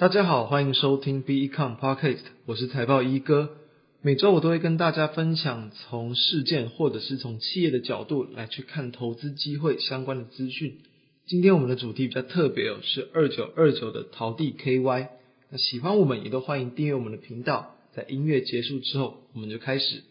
大家好，欢迎收听 BEcon Podcast， 我是财报一哥。每周我都会跟大家分享从事件或者是从企业的角度来去看投资机会相关的资讯。今天我们的主题比较特别是2929的陶地 KY。那喜欢我们也都欢迎订阅我们的频道。在音乐结束之后，我们就开始。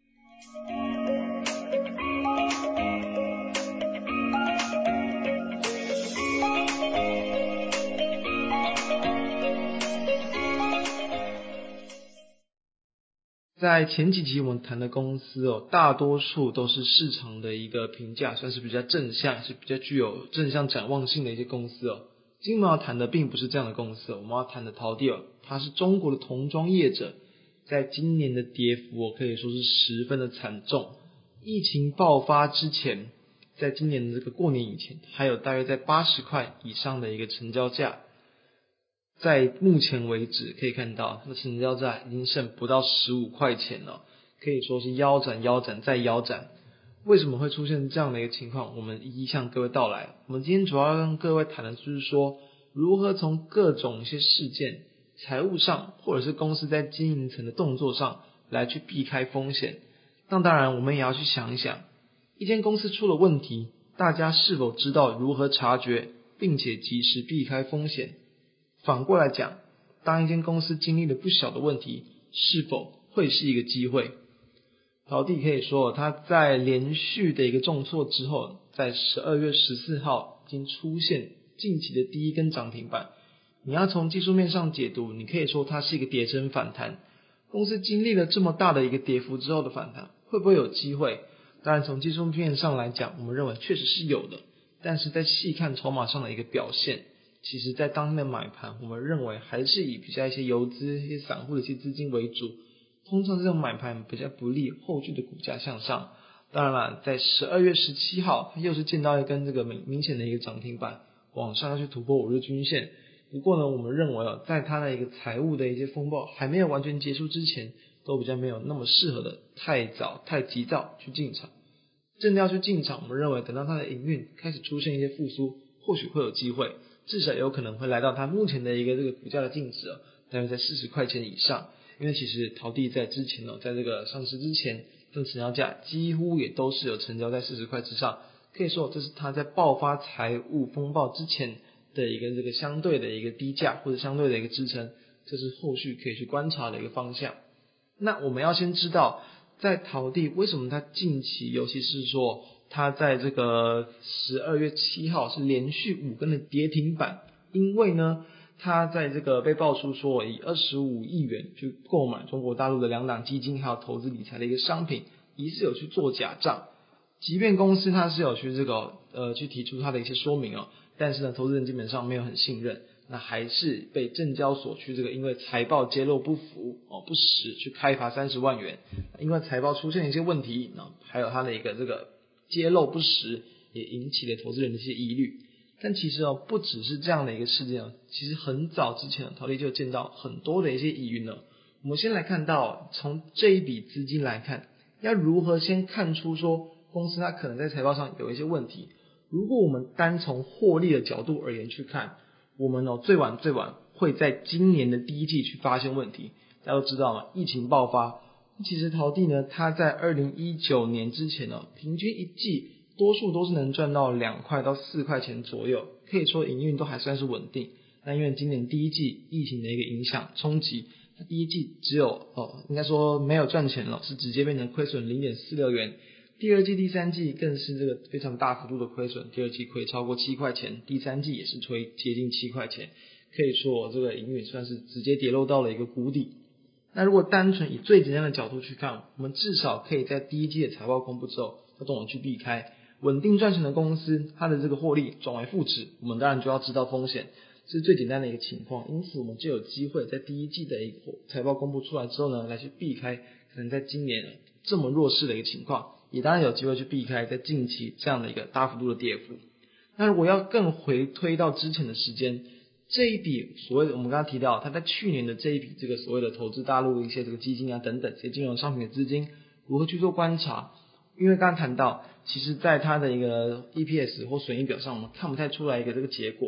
在前几集我们谈的公司大多数都是市场的一个评价算是比较正向，是比较具有正向展望性的一些公司今天我们要谈的并不是这样的公司我们要谈的陶地它是中国的童装业者，在今年的跌幅可以说是十分的惨重。疫情爆发之前，在今年的这个过年以前，还有大约在80块以上的一个成交价。在目前为止可以看到，它的成交价已经剩不到15块钱了，可以说是腰斩再腰斩。为什么会出现这样的一个情况？我们一一向各位道来。我们今天主要跟各位谈的就是说，如何从各种一些事件、财务上，或者是公司在经营层的动作上来去避开风险。那当然，我们也要去想一想，一间公司出了问题，大家是否知道如何察觉，并且及时避开风险？反过来讲，当一间公司经历了不小的问题，是否会是一个机会？陶地可以说，它在连续的一个重挫之后，在12月14号已经出现近期的第一根涨停板。你要从技术面上解读，你可以说它是一个跌升反弹。公司经历了这么大的一个跌幅之后的反弹，会不会有机会？当然从技术面上来讲，我们认为确实是有的，但是在细看筹码上的一个表现，其实在当天的买盘，我们认为还是以比较一些游资、一些散户的一些资金为主。通常这种买盘比较不利后续的股价向上。当然了，在12月17号，它又是见到一根这个明显的一个涨停板，往上要去突破5日均线。不过呢，我们认为在它的一个财务的一些风暴还没有完全结束之前，都比较没有那么适合的太早、太急躁去进场。真的要去进场，我们认为等到它的营运开始出现一些复苏，或许会有机会。至少有可能会来到它目前的一个这个股价的净值大约在40块钱以上。因为其实陶地在之前在这个上市之前，这成交价几乎也都是有成交在40块之上，可以说这是它在爆发财务风暴之前的一个这个相对的一个低价或者相对的一个支撑，这是后续可以去观察的一个方向。那我们要先知道，在陶地为什么它近期，尤其是说它在这个12月7号是连续5根的跌停板，因为呢它在这个被爆出说以25亿元去购买中国大陆的2档基金还有投资理财的一个商品，疑似有去做假账。即便公司它是有去这个去提出它的一些说明但是呢投资人基本上没有很信任，那还是被证交所去这个因为财报揭露不符不实去开罚30万元。因为财报出现一些问题，还有它的一个这个揭露不实，也引起了投资人的一些疑虑。但其实不只是这样的一个事件其实很早之前陶地就见到很多的一些疑云了。我们先来看到从这一笔资金来看，要如何先看出说公司它可能在财报上有一些问题。如果我们单从获利的角度而言去看，我们最晚会在今年的第一季去发现问题。大家都知道嘛，疫情爆发，其实陶地呢它在2019年之前平均一季多数都是能赚到2块到4块钱左右，可以说营运都还算是稳定。那因为今年第一季疫情的一个影响冲击，它第一季只有应该说没有赚钱了，是直接变成亏损 0.46 元。第二季第三季更是这个非常大幅度的亏损，第二季亏超过7块钱，第三季也是接近7块钱，可以说这个营运算是直接跌落到了一个谷底。那如果单纯以最简单的角度去看，我们至少可以在第一季的财报公布之后要懂得去避开。稳定赚钱的公司，它的这个获利转为负值，我们当然就要知道风险，这是最简单的一个情况。因此我们就有机会在第一季的一个财报公布出来之后呢，来去避开可能在今年这么弱势的一个情况，也当然有机会去避开在近期这样的一个大幅度的跌幅。那如果要更回推到之前的时间，这一笔所谓的我们刚刚提到，它在去年的这一笔这个所谓的投资大陆的一些这个基金等等这些金融商品的资金如何去做观察。因为刚刚谈到，其实在它的一个 EPS 或损益表上，我们看不太出来一个这个结果，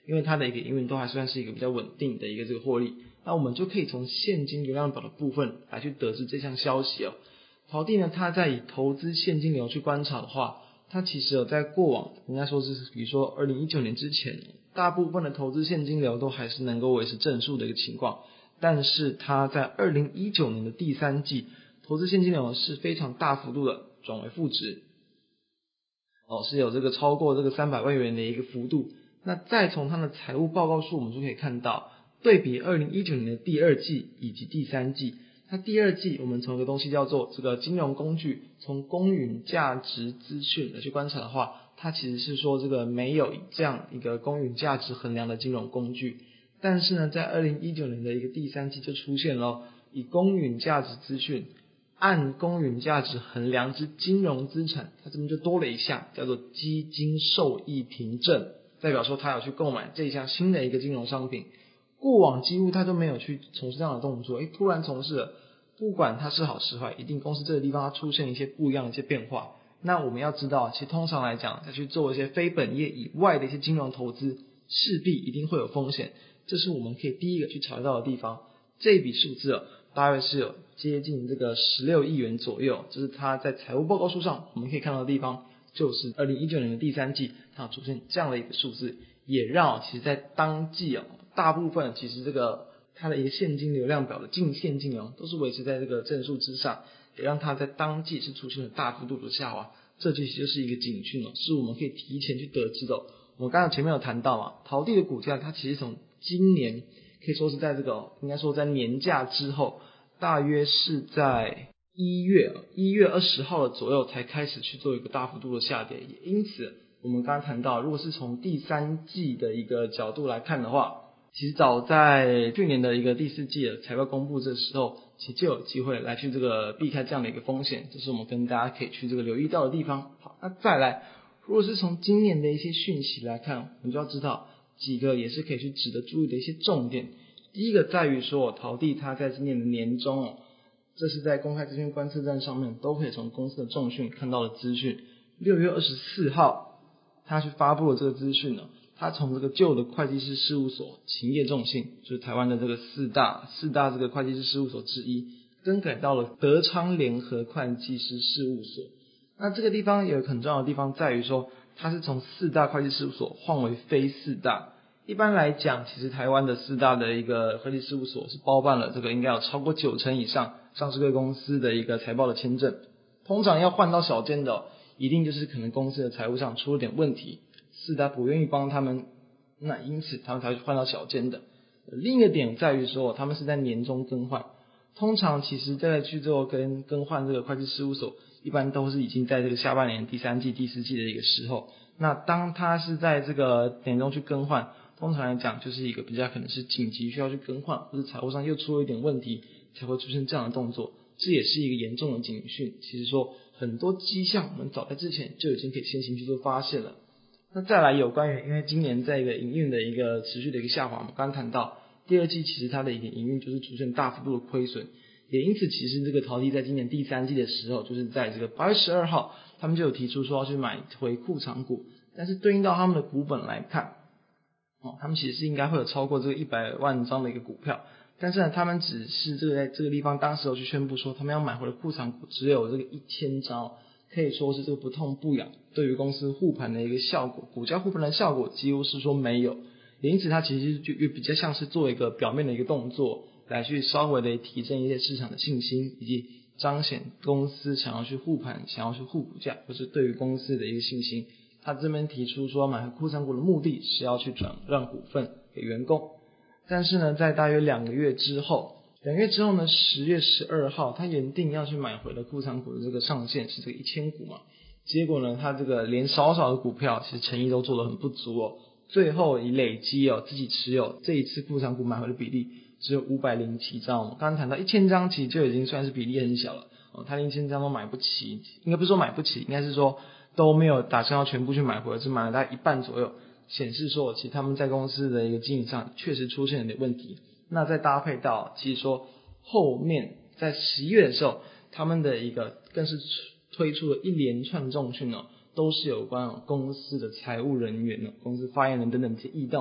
因为它的一个营运都还算是一个比较稳定的一个这个获利。那我们就可以从现金流量表的部分来去得知这项消息哦。陶帝呢，他在以投资现金流去观察的话，他其实在过往应该说是比如说2019年之前，大部分的投资现金流都还是能够维持正数的一个情况，但是他在2019年的第三季投资现金流是非常大幅度的转为负值是有这个超过这个300万元的一个幅度。那再从他的财务报告书我们就可以看到，对比2019年的第二季以及第三季，它第二季我们从一个东西叫做这个金融工具，从公允价值资讯来去观察的话，它其实是说这个没有这样一个公允价值衡量的金融工具。但是呢，在2019年的一个第三季就出现了以公允价值资讯按公允价值衡量之金融资产，它这边就多了一项叫做基金受益凭证，代表说他有去购买这一项新的一个金融商品。过往几乎他都没有去从事这样的动作，突然从事了，不管他是好是坏，一定公司这个地方它出现一些不一样的一些变化。那我们要知道，其实通常来讲，再去做一些非本业以外的一些金融投资，势必一定会有风险，这是我们可以第一个去查到的地方。这一笔数字大约是有接近这个16亿元左右，就是他在财务报告书上我们可以看到的地方，就是2019年的第三季它出现这样的一个数字，也让其实在当季大部分其实这个它的一个现金流量表的净现金流都是维持在这个正数之上，也让它在当季是出现了大幅度的下滑，这其实就是一个警讯是我们可以提前去得知的。我们刚才前面有谈到嘛，陶帝的股价它其实从今年可以说是在这个应该说在年假之后，大约是在1月20号的左右才开始去做一个大幅度的下跌。也因此我们刚刚谈到，如果是从第三季的一个角度来看的话，其实早在去年的一个第四季的财报公布这时候，其实就有机会来去这个避开这样的一个风险，这是我们跟大家可以去这个留意到的地方。好，那再来，如果是从今年的一些讯息来看，我们就要知道几个也是可以去值得注意的一些重点。第一个在于说，陶帝他在今年的年中这是在公开资讯观测站上面都可以从公司的重讯看到的资讯。6月24号他去发布了这个资讯他从这个旧的会计师事务所勤业众信，就是台湾的这个四大这个会计师事务所之一，更改到了德昌联合会计师事务所。那这个地方有一个很重要的地方在于说，它是从四大会计事务所换为非四大。一般来讲，其实台湾的四大的一个会计事务所是包办了这个应该有超过90%以上上市公司的一个财报的签证。通常要换到小间的一定就是可能公司的财务上出了点问题，四大不愿意帮他们，那因此他们才会换到小间的。另一个点在于说，他们是在年中更换，通常其实在去做更换这个会计事务所，一般都是已经在这个下半年第三季第四季的一个时候。那当他是在这个年中去更换，通常来讲就是一个比较可能是紧急需要去更换，或者财务上又出了一点问题才会出现这样的动作，这也是一个严重的警讯。其实说很多迹象我们早在之前就已经可以先行去做发现了。那再来有关于因为今年在一个营运的一个持续的一个下滑，我们刚刚谈到第二季其实它的一个营运就是出现大幅度的亏损，也因此其实这个陶帝在今年第三季的时候，就是在这个8月12号他们就有提出说要去买回库藏股，但是对应到他们的股本来看他们其实是应该会有超过这个100万张的一个股票，但是呢他们只是这个在这个地方当时有去宣布说他们要买回的库藏股只有这个1000张，可以说是这个不痛不痒，对于公司护盘的一个效果，股价护盘的效果几乎是说没有，也因此它其实就比较像是做一个表面的一个动作，来去稍微的提振一些市场的信心，以及彰显公司想要去护盘，想要去护股价，或是对于公司的一个信心。他这边提出说买回库藏股的目的是要去转让股份给员工，但是呢在大约2个月之后呢10月12号他原定要去买回的库藏股的这个上限是这个1000股嘛，结果呢他这个连少少的股票其实诚意都做得很不足最后以累积自己持有这一次库藏股买回的比例只有507张。我们刚刚谈到1000张其实就已经算是比例很小了他连1000张都买不起，应该不是说买不起，应该是说都没有打算要全部去买回来，只买了大概一半左右，显示说其实他们在公司的一个经营上确实出现了点问题。那再搭配到其实说后面在11月的时候，他们的一个更是推出了一连串重讯都是有关公司的财务人员公司发言人等等这些异动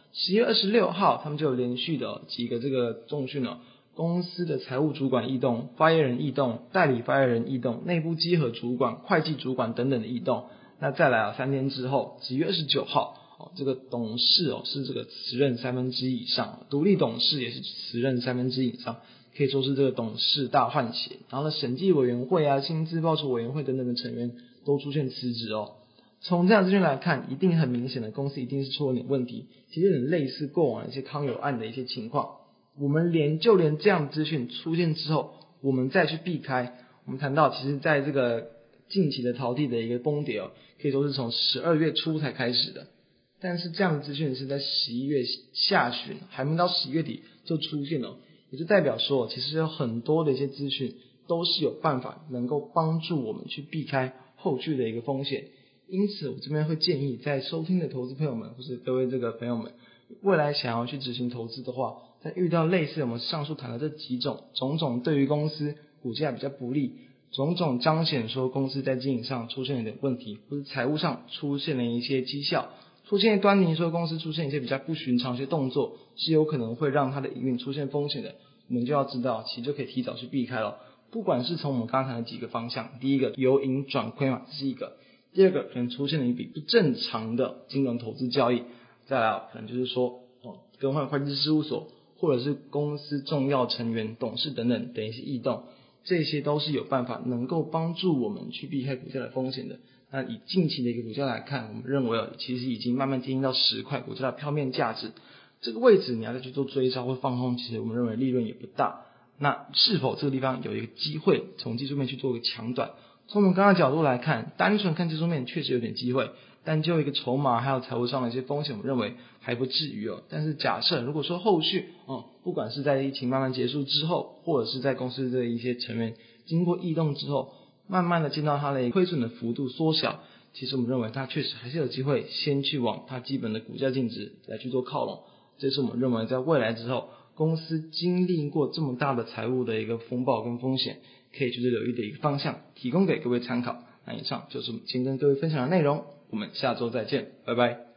10月26号他们就有连续的几个这个重讯公司的财务主管异动、发言人异动、代理发言人异动、内部稽核主管、会计主管等等的异动。那再来3天之后10月29号这个董事是这个辞任1/3以上，独立董事也是辞任1/3以上，可以说是这个董事大换血。然后呢，审计委员会薪资报酬委员会等等的成员都出现辞职从这样资讯来看，一定很明显的公司一定是出了点问题，其实很类似过往一些康有案的一些情况。我们就连这样的资讯出现之后，我们再去避开。我们谈到其实在这个近期的陶地的一个崩跌可以说是从12月初才开始的，但是这样的资讯是在11月下旬，还没到11月底就出现了，也就代表说其实有很多的一些资讯都是有办法能够帮助我们去避开后续的一个风险。因此我这边会建议在收听的投资朋友们或是各位这个朋友们，未来想要去执行投资的话，在遇到类似我们上述谈的这几种种对于公司股价比较不利，种彰显说公司在经营上出现了点问题，或是财务上出现了一些绩效出现端倪，说公司出现一些比较不寻常一些动作，是有可能会让它的营运出现风险的，我们就要知道，其实就可以提早去避开了。不管是从我们刚才谈的几个方向，第一个由盈转亏嘛，这是一个；第二个可能出现了一笔不正常的金融投资交易，再来可能就是说更换会计师事务所，或者是公司重要成员、董事等等的一些异动，这些都是有办法能够帮助我们去避开股价的风险的。那以近期的一个股价来看，我们认为其实已经慢慢接近到10块股价的票面价值，这个位置你要再去做追杀或放空，其实我们认为利润也不大。那是否这个地方有一个机会从技术面去做一个强短？从我们刚刚的角度来看，单纯看技术面确实有点机会，但就一个筹码还有财务上的一些风险，我认为还不至于但是假设如果说后续不管是在疫情慢慢结束之后，或者是在公司的一些成员经过异动之后，慢慢的见到它的亏损的幅度缩小，其实我们认为它确实还是有机会先去往它基本的股价净值来去做靠拢。这是我们认为在未来之后，公司经历过这么大的财务的一个风暴跟风险，可以去留意的一个方向，提供给各位参考。那以上就是我们今天跟各位分享的内容，我们下周再见，拜拜。